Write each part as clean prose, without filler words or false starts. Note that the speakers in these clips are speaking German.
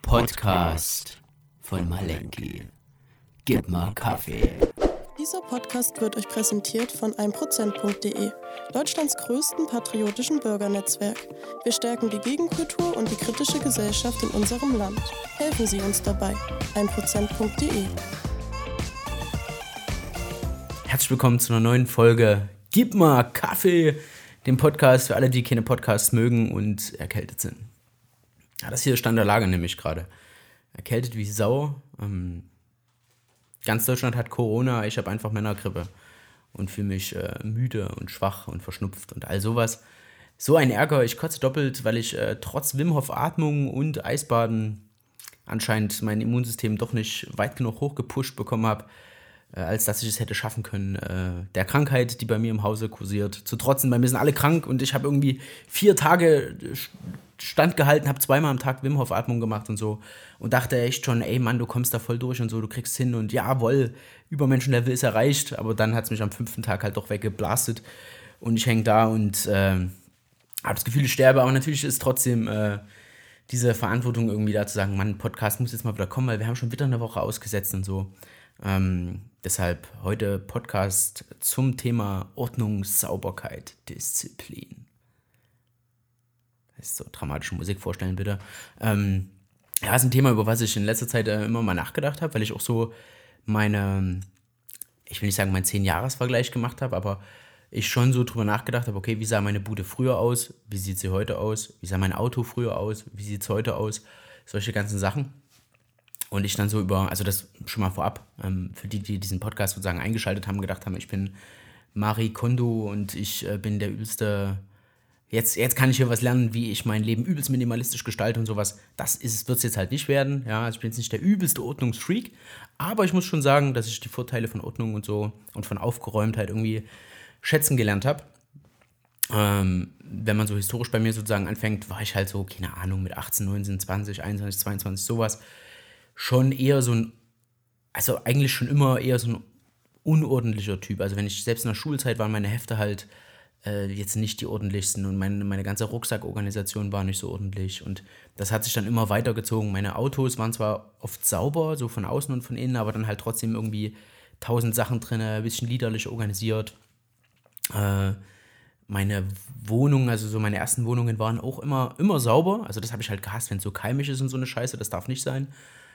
Podcast von Malenki. Gib mal Kaffee. Dieser Podcast wird euch präsentiert von 1%.de, Deutschlands größten patriotischen Bürgernetzwerk. Wir stärken die Gegenkultur und die kritische Gesellschaft in unserem Land. Helfen Sie uns dabei. 1%.de. Herzlich willkommen zu einer neuen Folge Gib mal Kaffee, dem Podcast für alle, die keine Podcasts mögen und erkältet sind. Ja, das hier ist Stand der Lage nämlich gerade. Erkältet wie Sau. Ganz Deutschland hat Corona, ich habe einfach Männergrippe und fühle mich müde und schwach und verschnupft und all sowas. So ein Ärger, ich kotze doppelt, weil ich trotz Wim Hof Atmung und Eisbaden anscheinend mein Immunsystem doch nicht weit genug hochgepusht bekommen habe, als dass ich es hätte schaffen können, der Krankheit, die bei mir im Hause kursiert, zu trotzen. Bei mir sind alle krank und ich habe irgendwie 4 Tage standgehalten, habe 2-mal am Tag Wim Hof Atmung gemacht und so und dachte echt schon, ey Mann, du kommst da voll durch und so, du kriegst hin und jawohl, Übermenschenlevel ist erreicht, aber dann hat es mich am 5. Tag halt doch weggeblastet und ich hänge da und habe das Gefühl, ich sterbe, aber natürlich ist trotzdem diese Verantwortung irgendwie da zu sagen, Mann, Podcast muss jetzt mal wieder kommen, weil wir haben schon wieder eine Woche ausgesetzt und so. Deshalb heute Podcast zum Thema Ordnung, Sauberkeit, Disziplin. So dramatische Musik vorstellen, bitte. Ja, ist ein Thema, über was ich in letzter Zeit immer mal nachgedacht habe, weil ich auch so ich will nicht sagen, meinen 10-Jahres-Vergleich gemacht habe, aber ich schon so drüber nachgedacht habe, okay, wie sah meine Bude früher aus, wie sieht sie heute aus, wie sah mein Auto früher aus, wie sieht es heute aus, solche ganzen Sachen. Und ich dann so also das schon mal vorab, für die diesen Podcast sozusagen eingeschaltet haben, gedacht haben, ich bin Marie Kondo und ich bin der übelste. Jetzt kann ich hier was lernen, wie ich mein Leben übelst minimalistisch gestalte und sowas. Wird es jetzt halt nicht werden. Ja, also ich bin jetzt nicht der übelste Ordnungsfreak, aber ich muss schon sagen, dass ich die Vorteile von Ordnung und so und von Aufgeräumtheit irgendwie schätzen gelernt habe. Wenn man so historisch bei mir sozusagen anfängt, war ich halt so, keine Ahnung, mit 18, 19, 20, 21, 22, sowas, schon eher also eigentlich schon immer eher so ein unordentlicher Typ. Also wenn ich selbst in der Schulzeit waren meine Hefte halt jetzt nicht die ordentlichsten und meine ganze Rucksackorganisation war nicht so ordentlich und das hat sich dann immer weitergezogen. Meine Autos waren zwar oft sauber, so von außen und von innen, aber dann halt trotzdem irgendwie 1000 Sachen drin, ein bisschen liederlich organisiert. Meine Wohnung, also so meine ersten Wohnungen waren auch immer sauber, also das habe ich halt gehasst, wenn es so keimig ist und so eine Scheiße, das darf nicht sein.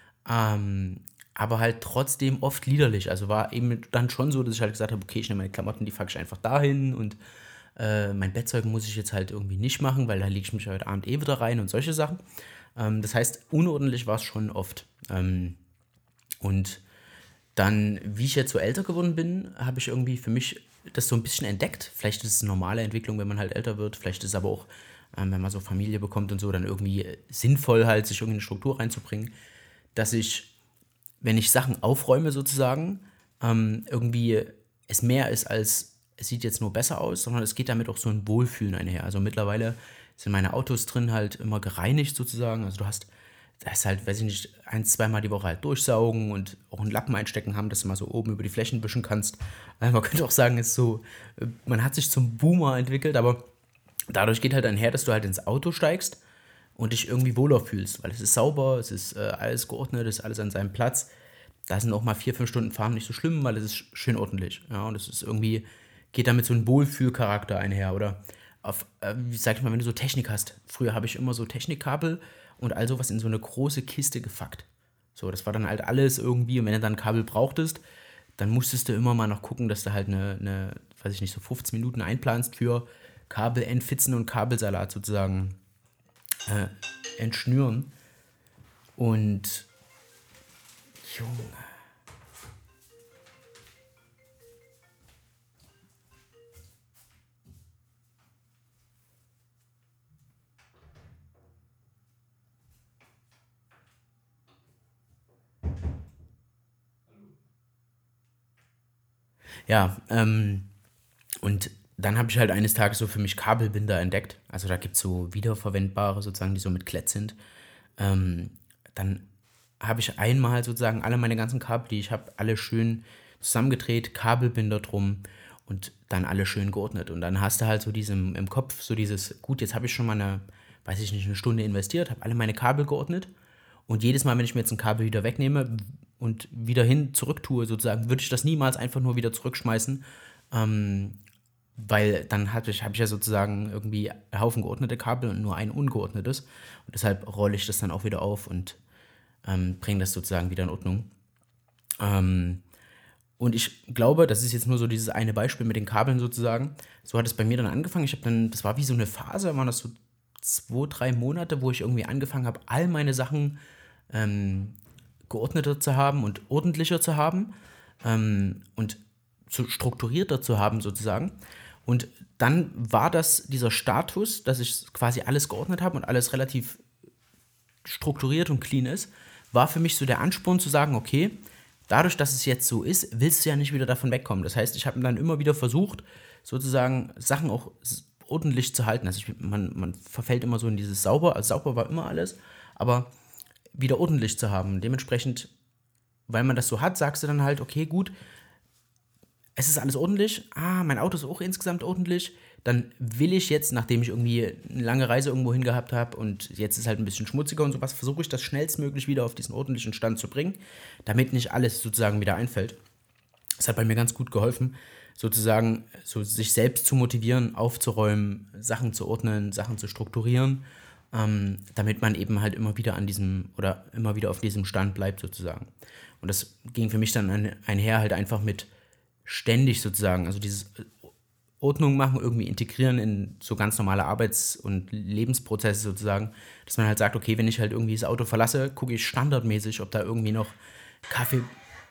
Aber halt trotzdem oft liederlich, also war eben dann schon so, dass ich halt gesagt habe, okay, ich nehme meine Klamotten, die packe ich einfach dahin und mein Bettzeug muss ich jetzt halt irgendwie nicht machen, weil da lege ich mich heute Abend wieder rein und solche Sachen. Das heißt, unordentlich war es schon oft. Und dann, wie ich jetzt so älter geworden bin, habe ich irgendwie für mich das so ein bisschen entdeckt. Vielleicht ist es eine normale Entwicklung, wenn man halt älter wird. Vielleicht ist es aber auch, wenn man so Familie bekommt und so, dann irgendwie sinnvoll halt, sich irgendwie eine Struktur reinzubringen, dass ich, wenn ich Sachen aufräume sozusagen, irgendwie es mehr ist als es sieht jetzt nur besser aus, sondern es geht damit auch so ein Wohlfühlen einher. Also mittlerweile sind meine Autos drin halt immer gereinigt sozusagen. Also da ist halt, weiß ich nicht, 1-2 Mal die Woche halt durchsaugen und auch einen Lappen einstecken haben, dass du mal so oben über die Flächen wischen kannst. Man könnte auch sagen, ist so, man hat sich zum Boomer entwickelt, aber dadurch geht halt einher, dass du halt ins Auto steigst und dich irgendwie wohler fühlst, weil es ist sauber, es ist alles geordnet, es ist alles an seinem Platz. Da sind auch mal 4-5 Stunden Fahren nicht so schlimm, weil es ist schön ordentlich. Ja, und es ist irgendwie geht damit so ein Wohlfühlcharakter einher, oder wie sag ich mal, wenn du so Technik hast. Früher habe ich immer so Technikkabel und all sowas in so eine große Kiste gefackt. So, das war dann halt alles irgendwie, und wenn du dann Kabel brauchtest, dann musstest du immer mal noch gucken, dass du halt eine weiß ich nicht, so 15 Minuten einplanst für Kabel entfitzen und Kabelsalat sozusagen entschnüren. Und Junge. Ja, und dann habe ich halt eines Tages so für mich Kabelbinder entdeckt. Also da gibt es so wiederverwendbare sozusagen, die so mit Klett sind. Dann habe ich einmal sozusagen alle meine ganzen Kabel, die ich habe, alle schön zusammengedreht, Kabelbinder drum und dann alle schön geordnet. Und dann hast du halt so im Kopf so dieses, gut, jetzt habe ich schon mal weiß ich nicht, eine Stunde investiert, habe alle meine Kabel geordnet Und jedes Mal, wenn ich mir jetzt ein Kabel wieder wegnehme und wieder zurück tue, sozusagen, würde ich das niemals einfach nur wieder zurückschmeißen, weil dann habe ich ja sozusagen irgendwie einen Haufen geordnete Kabel und nur ein ungeordnetes. Und deshalb rolle ich das dann auch wieder auf und bringe das sozusagen wieder in Ordnung. Und ich glaube, das ist jetzt nur so dieses eine Beispiel mit den Kabeln sozusagen. So hat es bei mir dann angefangen. Das war wie so eine Phase, waren das so 2-3 Monate, wo ich irgendwie angefangen habe, all meine Sachen geordneter zu haben und ordentlicher zu haben und strukturierter zu haben sozusagen. Und dann war das dieser Status, dass ich quasi alles geordnet habe und alles relativ strukturiert und clean ist, war für mich so der Ansporn zu sagen, okay, dadurch, dass es jetzt so ist, willst du ja nicht wieder davon wegkommen. Das heißt, ich habe dann immer wieder versucht, sozusagen Sachen auch ordentlich zu halten. Also man verfällt immer so in dieses sauber, also sauber war immer alles, aber wieder ordentlich zu haben. Dementsprechend, weil man das so hat, sagst du dann halt, okay, gut, es ist alles ordentlich, mein Auto ist auch insgesamt ordentlich, dann will ich jetzt, nachdem ich irgendwie eine lange Reise irgendwo hin gehabt habe und jetzt ist halt ein bisschen schmutziger und sowas, versuche ich das schnellstmöglich wieder auf diesen ordentlichen Stand zu bringen, damit nicht alles sozusagen wieder einfällt. Das hat bei mir ganz gut geholfen, sozusagen so sich selbst zu motivieren, aufzuräumen, Sachen zu ordnen, Sachen zu strukturieren, damit man eben halt immer wieder immer wieder auf diesem Stand bleibt sozusagen. Und das ging für mich dann einher halt einfach mit ständig sozusagen, also dieses Ordnung machen, irgendwie integrieren in so ganz normale Arbeits- und Lebensprozesse sozusagen, dass man halt sagt, okay, wenn ich halt irgendwie das Auto verlasse, gucke ich standardmäßig, ob da irgendwie noch Kaffee...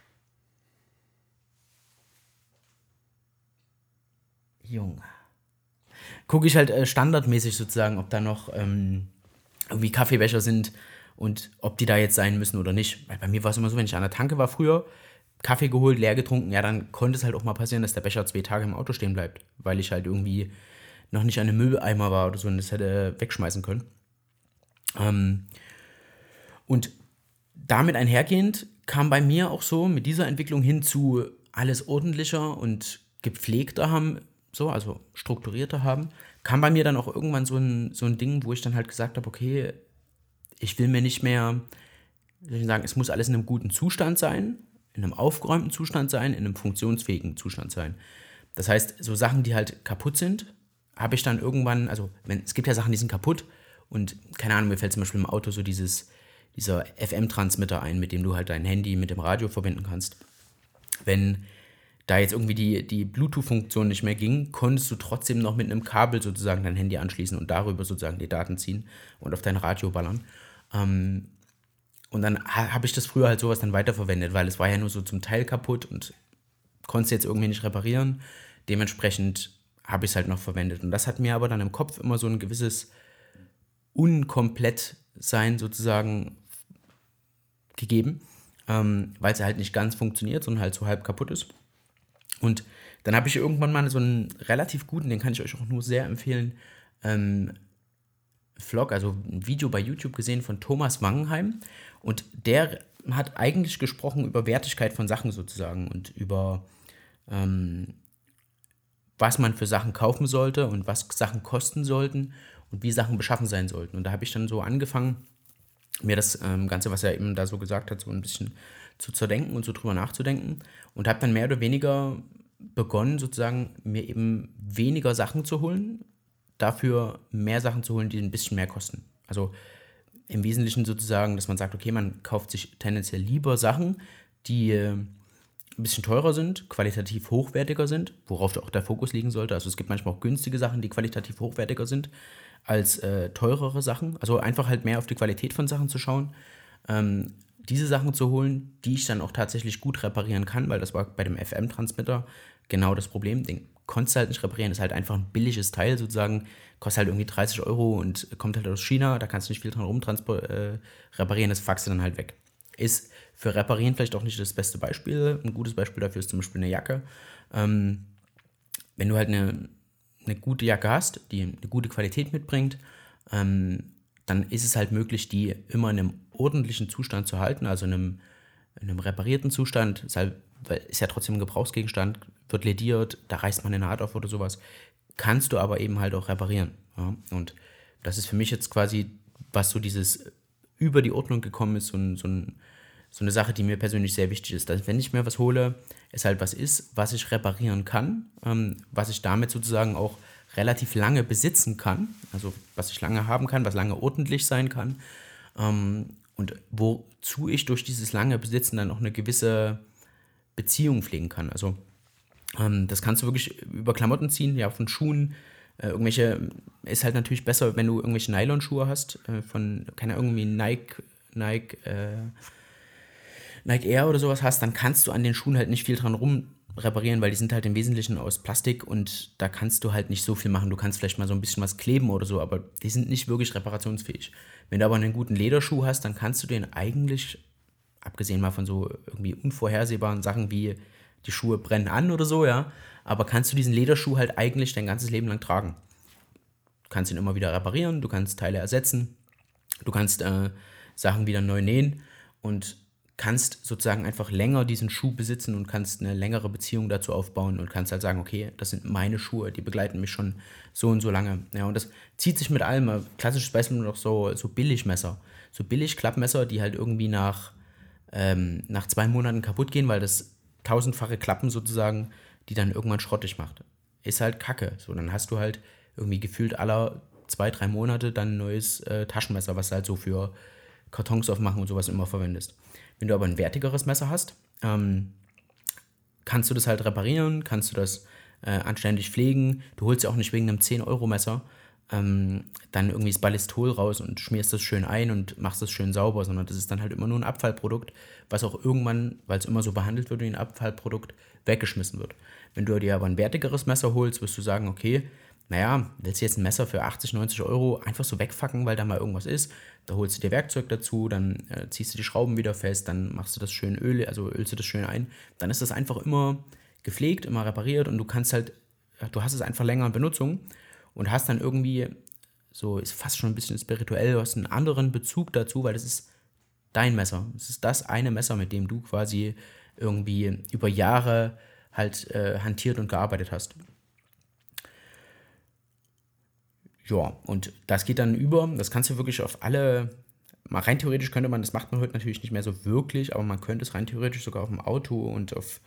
Junge. Gucke ich halt standardmäßig sozusagen, ob da noch irgendwie Kaffeebecher sind und ob die da jetzt sein müssen oder nicht. Weil bei mir war es immer so, wenn ich an der Tanke war früher, Kaffee geholt, leer getrunken, ja, dann konnte es halt auch mal passieren, dass der Becher 2 Tage im Auto stehen bleibt, weil ich halt irgendwie noch nicht an einem Mülleimer war oder so und das hätte wegschmeißen können. Und damit einhergehend kam bei mir auch so mit dieser Entwicklung hin zu alles ordentlicher und gepflegter haben, so, also strukturierter haben, kam bei mir dann auch irgendwann so ein Ding, wo ich dann halt gesagt habe, okay, ich will mir nicht mehr, wie soll ich sagen, es muss alles in einem guten Zustand sein, in einem aufgeräumten Zustand sein, in einem funktionsfähigen Zustand sein. Das heißt, so Sachen, die halt kaputt sind, habe ich dann irgendwann, also es gibt ja Sachen, die sind kaputt und keine Ahnung, mir fällt zum Beispiel im Auto so dieser FM-Transmitter ein, mit dem du halt dein Handy mit dem Radio verbinden kannst. Wenn da jetzt irgendwie die Bluetooth-Funktion nicht mehr ging, konntest du trotzdem noch mit einem Kabel sozusagen dein Handy anschließen und darüber sozusagen die Daten ziehen und auf dein Radio ballern. Und dann habe ich das früher halt sowas dann weiterverwendet, weil es war ja nur so zum Teil kaputt und konnte es jetzt irgendwie nicht reparieren. Dementsprechend habe ich es halt noch verwendet. Und das hat mir aber dann im Kopf immer so ein gewisses Unkomplettsein sozusagen gegeben, weil es halt nicht ganz funktioniert, sondern halt so halb kaputt ist. Und dann habe ich irgendwann mal so einen relativ guten, den kann ich euch auch nur sehr empfehlen, Vlog, also ein Video bei YouTube gesehen von Thomas Wangenheim. Und der hat eigentlich gesprochen über Wertigkeit von Sachen sozusagen und über was man für Sachen kaufen sollte und was Sachen kosten sollten und wie Sachen beschaffen sein sollten. Und da habe ich dann so angefangen, mir das Ganze, was er eben da so gesagt hat, so ein bisschen zu zerdenken und so drüber nachzudenken und habe dann mehr oder weniger begonnen, sozusagen mir eben weniger Sachen zu holen, dafür mehr Sachen zu holen, die ein bisschen mehr kosten. Also im Wesentlichen sozusagen, dass man sagt, okay, man kauft sich tendenziell lieber Sachen, die ein bisschen teurer sind, qualitativ hochwertiger sind, worauf auch der Fokus liegen sollte. Also es gibt manchmal auch günstige Sachen, die qualitativ hochwertiger sind als teurere Sachen. Also einfach halt mehr auf die Qualität von Sachen zu schauen, diese Sachen zu holen, die ich dann auch tatsächlich gut reparieren kann, weil das war bei dem FM-Transmitter genau das Problem. Den konntest du halt nicht reparieren, ist halt einfach ein billiges Teil sozusagen, kostet halt irgendwie 30 € und kommt halt aus China, da kannst du nicht viel dran reparieren, das fuckst du dann halt weg. Ist für Reparieren vielleicht auch nicht das beste Beispiel. Ein gutes Beispiel dafür ist zum Beispiel eine Jacke. Wenn du halt eine gute Jacke hast, die eine gute Qualität mitbringt, dann ist es halt möglich, die immer in einem ordentlichen Zustand zu halten, also in einem reparierten Zustand, ist ja trotzdem ein Gebrauchsgegenstand, wird lediert, da reißt man eine Naht auf oder sowas, kannst du aber eben halt auch reparieren. Ja? Und das ist für mich jetzt quasi, was so dieses über die Ordnung gekommen ist, so eine Sache, die mir persönlich sehr wichtig ist, dass wenn ich mir was hole, es halt was ist, was ich reparieren kann, was ich damit sozusagen auch relativ lange besitzen kann, also was ich lange haben kann, was lange ordentlich sein kann, und wozu ich durch dieses lange Besitzen dann auch eine gewisse Beziehung pflegen kann. Also das kannst du wirklich über Klamotten ziehen, ja, von Schuhen, ist halt natürlich besser, wenn du irgendwelche Nylonschuhe hast, von, keine Ahnung, irgendwie Nike Air oder sowas hast, dann kannst du an den Schuhen halt nicht viel dran rum reparieren, weil die sind halt im Wesentlichen aus Plastik und da kannst du halt nicht so viel machen. Du kannst vielleicht mal so ein bisschen was kleben oder so, aber die sind nicht wirklich reparationsfähig. Wenn du aber einen guten Lederschuh hast, dann kannst du den eigentlich, abgesehen mal von so irgendwie unvorhersehbaren Sachen wie die Schuhe brennen an oder so, ja, aber kannst du diesen Lederschuh halt eigentlich dein ganzes Leben lang tragen. Du kannst ihn immer wieder reparieren, du kannst Teile ersetzen, du kannst Sachen wieder neu nähen und kannst sozusagen einfach länger diesen Schuh besitzen und kannst eine längere Beziehung dazu aufbauen und kannst halt sagen, okay, das sind meine Schuhe, die begleiten mich schon so und so lange. Ja, und das zieht sich mit allem. Klassisches Beispiel noch so Billigmesser. So Billig-Klappmesser, die halt irgendwie nach 2 Monaten kaputt gehen, weil das 1000-fache Klappen sozusagen, die dann irgendwann schrottig macht. Ist halt Kacke. So, dann hast du halt irgendwie gefühlt aller 2-3 Monate dann ein neues Taschenmesser, was du halt so für Kartons aufmachen und sowas immer verwendest. Wenn du aber ein wertigeres Messer hast, kannst du das halt reparieren, kannst du das anständig pflegen. Du holst ja auch nicht wegen einem 10-Euro-Messer dann irgendwie das Ballistol raus und schmierst das schön ein und machst das schön sauber, sondern das ist dann halt immer nur ein Abfallprodukt, was auch irgendwann, weil es immer so behandelt wird wie ein Abfallprodukt, weggeschmissen wird. Wenn du dir aber ein wertigeres Messer holst, wirst du sagen, okay, naja, willst du jetzt ein Messer für 80, 90 Euro einfach so wegfacken, weil da mal irgendwas ist, da holst du dir Werkzeug dazu, dann ziehst du die Schrauben wieder fest, dann machst du das schön ölst du das schön ein, dann ist das einfach immer gepflegt, immer repariert und du hast es einfach länger in Benutzung und hast dann irgendwie, so ist fast schon ein bisschen spirituell, du hast einen anderen Bezug dazu, weil das ist dein Messer. Es ist das eine Messer, mit dem du quasi irgendwie über Jahre halt hantiert und gearbeitet hast. Ja, und das geht dann das kannst du wirklich auf alle, mal rein theoretisch könnte man, das macht man heute natürlich nicht mehr so wirklich, aber man könnte es rein theoretisch sogar auf dem Auto und auf,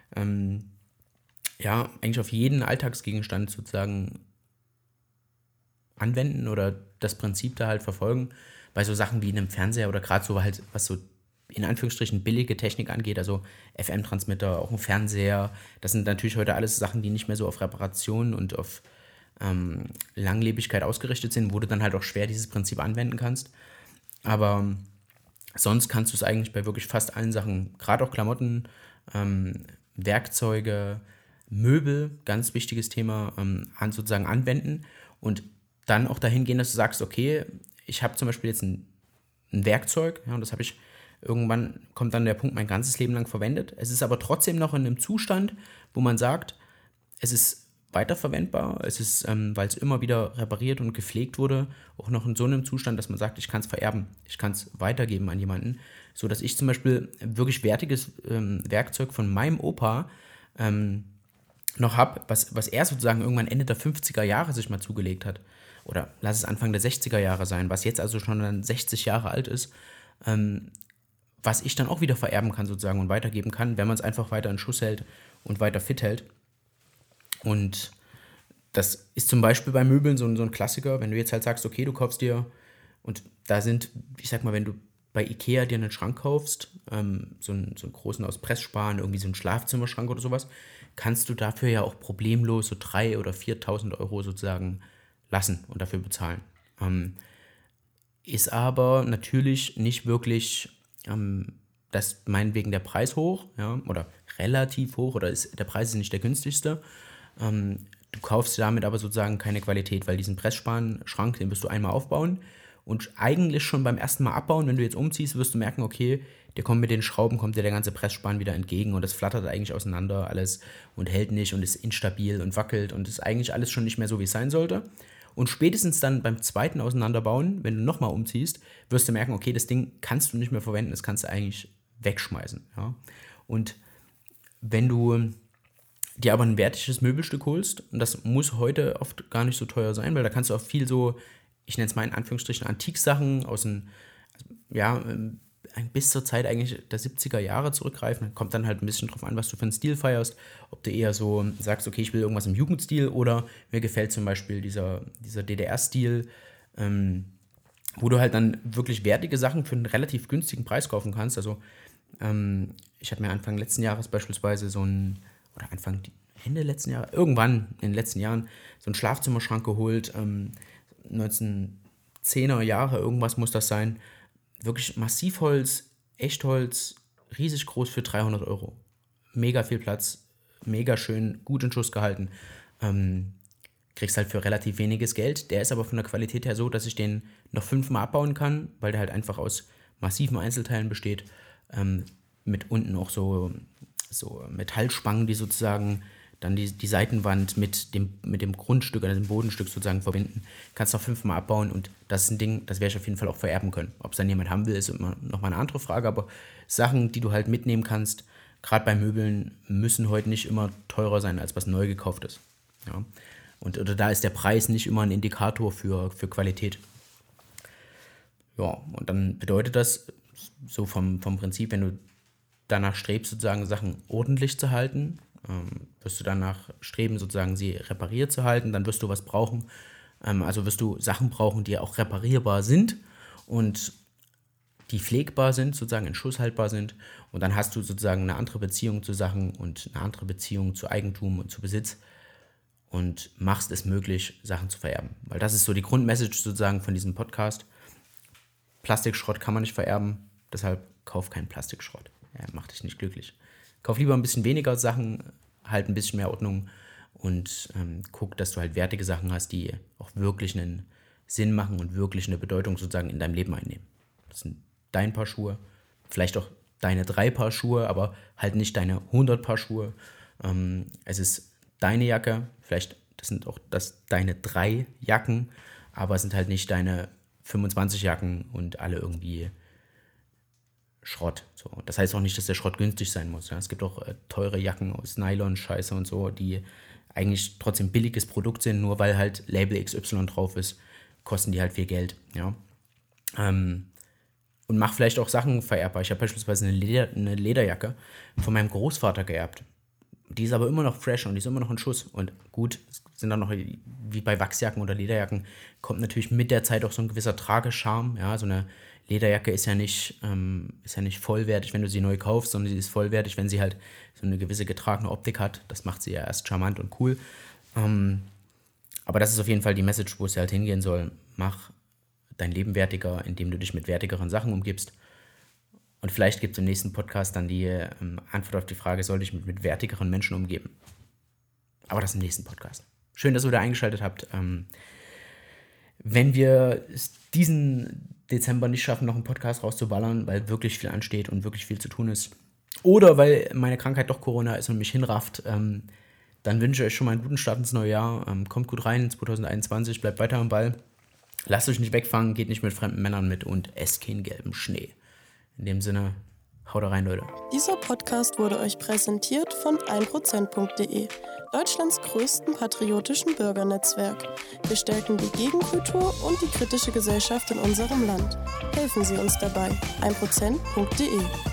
eigentlich auf jeden Alltagsgegenstand sozusagen anwenden oder das Prinzip da halt verfolgen, bei so Sachen wie einem Fernseher oder gerade so halt, was so in Anführungsstrichen billige Technik angeht, also FM-Transmitter, auch ein Fernseher, das sind natürlich heute alles Sachen, die nicht mehr so auf Reparation und auf Langlebigkeit ausgerichtet sind, wo du dann halt auch schwer dieses Prinzip anwenden kannst. Aber sonst kannst du es eigentlich bei wirklich fast allen Sachen, gerade auch Klamotten, Werkzeuge, Möbel, ganz wichtiges Thema, sozusagen anwenden und dann auch dahin gehen, dass du sagst, okay, ich habe zum Beispiel jetzt ein Werkzeug, ja, und das habe ich irgendwann, kommt dann der Punkt, mein ganzes Leben lang verwendet. Es ist aber trotzdem noch in einem Zustand, wo man sagt, es ist weiterverwendbar. Es ist, weil es immer wieder repariert und gepflegt wurde, auch noch in so einem Zustand, dass man sagt, ich kann es vererben, ich kann es weitergeben an jemanden, so dass ich zum Beispiel wirklich wertiges Werkzeug von meinem Opa noch habe, was er sozusagen irgendwann Ende der 50er Jahre sich mal zugelegt hat. Oder lass es Anfang der 60er Jahre sein, was jetzt also schon dann 60 Jahre alt ist, was ich dann auch wieder vererben kann sozusagen und weitergeben kann, wenn man es einfach weiter in Schuss hält und weiter fit hält. Und das ist zum Beispiel bei Möbeln so ein Klassiker, wenn du jetzt halt sagst, okay, du kaufst dir, und da sind, ich sag mal, wenn du bei Ikea dir einen Schrank kaufst, so einen großen aus Pressspan, irgendwie so einen Schlafzimmerschrank oder sowas, kannst du dafür ja auch problemlos so 3.000 oder 4.000 Euro sozusagen lassen und dafür bezahlen. Ist aber natürlich nicht wirklich, das meinetwegen der Preis hoch, ja, oder relativ hoch, oder der Preis ist nicht der günstigste. Du kaufst damit aber sozusagen keine Qualität, weil diesen Pressspan-Schrank, den wirst du einmal aufbauen und eigentlich schon beim ersten Mal abbauen, wenn du jetzt umziehst, wirst du merken, okay, kommt dir der ganze Pressspan wieder entgegen und das flattert eigentlich auseinander alles und hält nicht und ist instabil und wackelt und ist eigentlich alles schon nicht mehr so, wie es sein sollte. Und spätestens dann beim zweiten Auseinanderbauen, wenn du nochmal umziehst, wirst du merken, okay, das Ding kannst du nicht mehr verwenden, das kannst du eigentlich wegschmeißen. Ja? Und wenn du dir aber ein wertiges Möbelstück holst, und das muss heute oft gar nicht so teuer sein, weil da kannst du auch viel so, ich nenne es mal in Anführungsstrichen Antiksachen bis zur Zeit eigentlich der 70er Jahre zurückgreifen. Kommt dann halt ein bisschen drauf an, was du für einen Stil feierst. Ob du eher so sagst, okay, ich will irgendwas im Jugendstil, oder mir gefällt zum Beispiel dieser DDR-Stil, wo du halt dann wirklich wertige Sachen für einen relativ günstigen Preis kaufen kannst. Also ich habe mir Anfang letzten Jahres beispielsweise Ende letzten Jahres, irgendwann in den letzten Jahren, so einen Schlafzimmerschrank geholt, 1910er Jahre, irgendwas muss das sein. Wirklich Massivholz, Echtholz, riesig groß für 300 €. Mega viel Platz, mega schön, gut in Schuss gehalten. Kriegst halt für relativ weniges Geld. Der ist aber von der Qualität her so, dass ich den noch 5-mal abbauen kann, weil der halt einfach aus massiven Einzelteilen besteht. Mit unten auch so Metallspangen, die sozusagen dann die Seitenwand mit dem Grundstück oder dem Bodenstück sozusagen verbinden. Kannst noch 5-mal abbauen, und das ist ein Ding, das werde ich auf jeden Fall auch vererben können. Ob es dann jemand haben will, ist immer nochmal eine andere Frage, aber Sachen, die du halt mitnehmen kannst, gerade bei Möbeln, müssen heute nicht immer teurer sein, als was neu gekauft ist. Ja. Oder da ist der Preis nicht immer ein Indikator für Qualität. Ja, und dann bedeutet das so vom Prinzip, wenn du danach strebst, sozusagen Sachen ordentlich zu halten, wirst du danach streben, sozusagen sie repariert zu halten, dann wirst du was brauchen. Also wirst du Sachen brauchen, die auch reparierbar sind und die pflegbar sind, sozusagen in Schuss haltbar sind. Und dann hast du sozusagen eine andere Beziehung zu Sachen und eine andere Beziehung zu Eigentum und zu Besitz und machst es möglich, Sachen zu vererben. Weil das ist so die Grundmessage sozusagen von diesem Podcast. Plastikschrott kann man nicht vererben, deshalb kauf keinen Plastikschrott. Er macht dich nicht glücklich. Kauf lieber ein bisschen weniger Sachen, halt ein bisschen mehr Ordnung und guck, dass du halt wertige Sachen hast, die auch wirklich einen Sinn machen und wirklich eine Bedeutung sozusagen in deinem Leben einnehmen. Das sind dein Paar Schuhe, vielleicht auch deine 3 Paar Schuhe, aber halt nicht deine 100 Paar Schuhe. Es ist deine Jacke, vielleicht sind auch deine 3 Jacken, aber es sind halt nicht deine 25 Jacken und alle irgendwie Schrott. So. Das heißt auch nicht, dass der Schrott günstig sein muss. Ja. Es gibt auch teure Jacken aus Nylon, Scheiße und so, die eigentlich trotzdem billiges Produkt sind, nur weil halt Label XY drauf ist, kosten die halt viel Geld. Ja. Und mach vielleicht auch Sachen vererbbar. Ich habe beispielsweise eine Lederjacke von meinem Großvater geerbt. Die ist aber immer noch fresh und die ist immer noch in Schuss. Und gut, es sind dann noch, wie bei Wachsjacken oder Lederjacken, kommt natürlich mit der Zeit auch so ein gewisser Tragescharme. Ja, so eine Lederjacke ist ja nicht vollwertig, wenn du sie neu kaufst, sondern sie ist vollwertig, wenn sie halt so eine gewisse getragene Optik hat. Das macht sie ja erst charmant und cool. Aber das ist auf jeden Fall die Message, wo es halt hingehen soll. Mach dein Leben wertiger, indem du dich mit wertigeren Sachen umgibst. Und vielleicht gibt es im nächsten Podcast dann die Antwort auf die Frage, soll ich mich mit wertigeren Menschen umgeben? Aber das im nächsten Podcast. Schön, dass ihr wieder eingeschaltet habt. Wenn wir es diesen Dezember nicht schaffen, noch einen Podcast rauszuballern, weil wirklich viel ansteht und wirklich viel zu tun ist, oder weil meine Krankheit doch Corona ist und mich hinrafft, dann wünsche ich euch schon mal einen guten Start ins neue Jahr. Kommt gut rein in 2021, bleibt weiter am Ball. Lasst euch nicht wegfangen, geht nicht mit fremden Männern mit und esst keinen gelben Schnee. In dem Sinne, haut rein, Leute. Dieser Podcast wurde euch präsentiert von 1%.de, Deutschlands größten patriotischen Bürgernetzwerk. Wir stärken die Gegenkultur und die kritische Gesellschaft in unserem Land. Helfen Sie uns dabei. 1%.de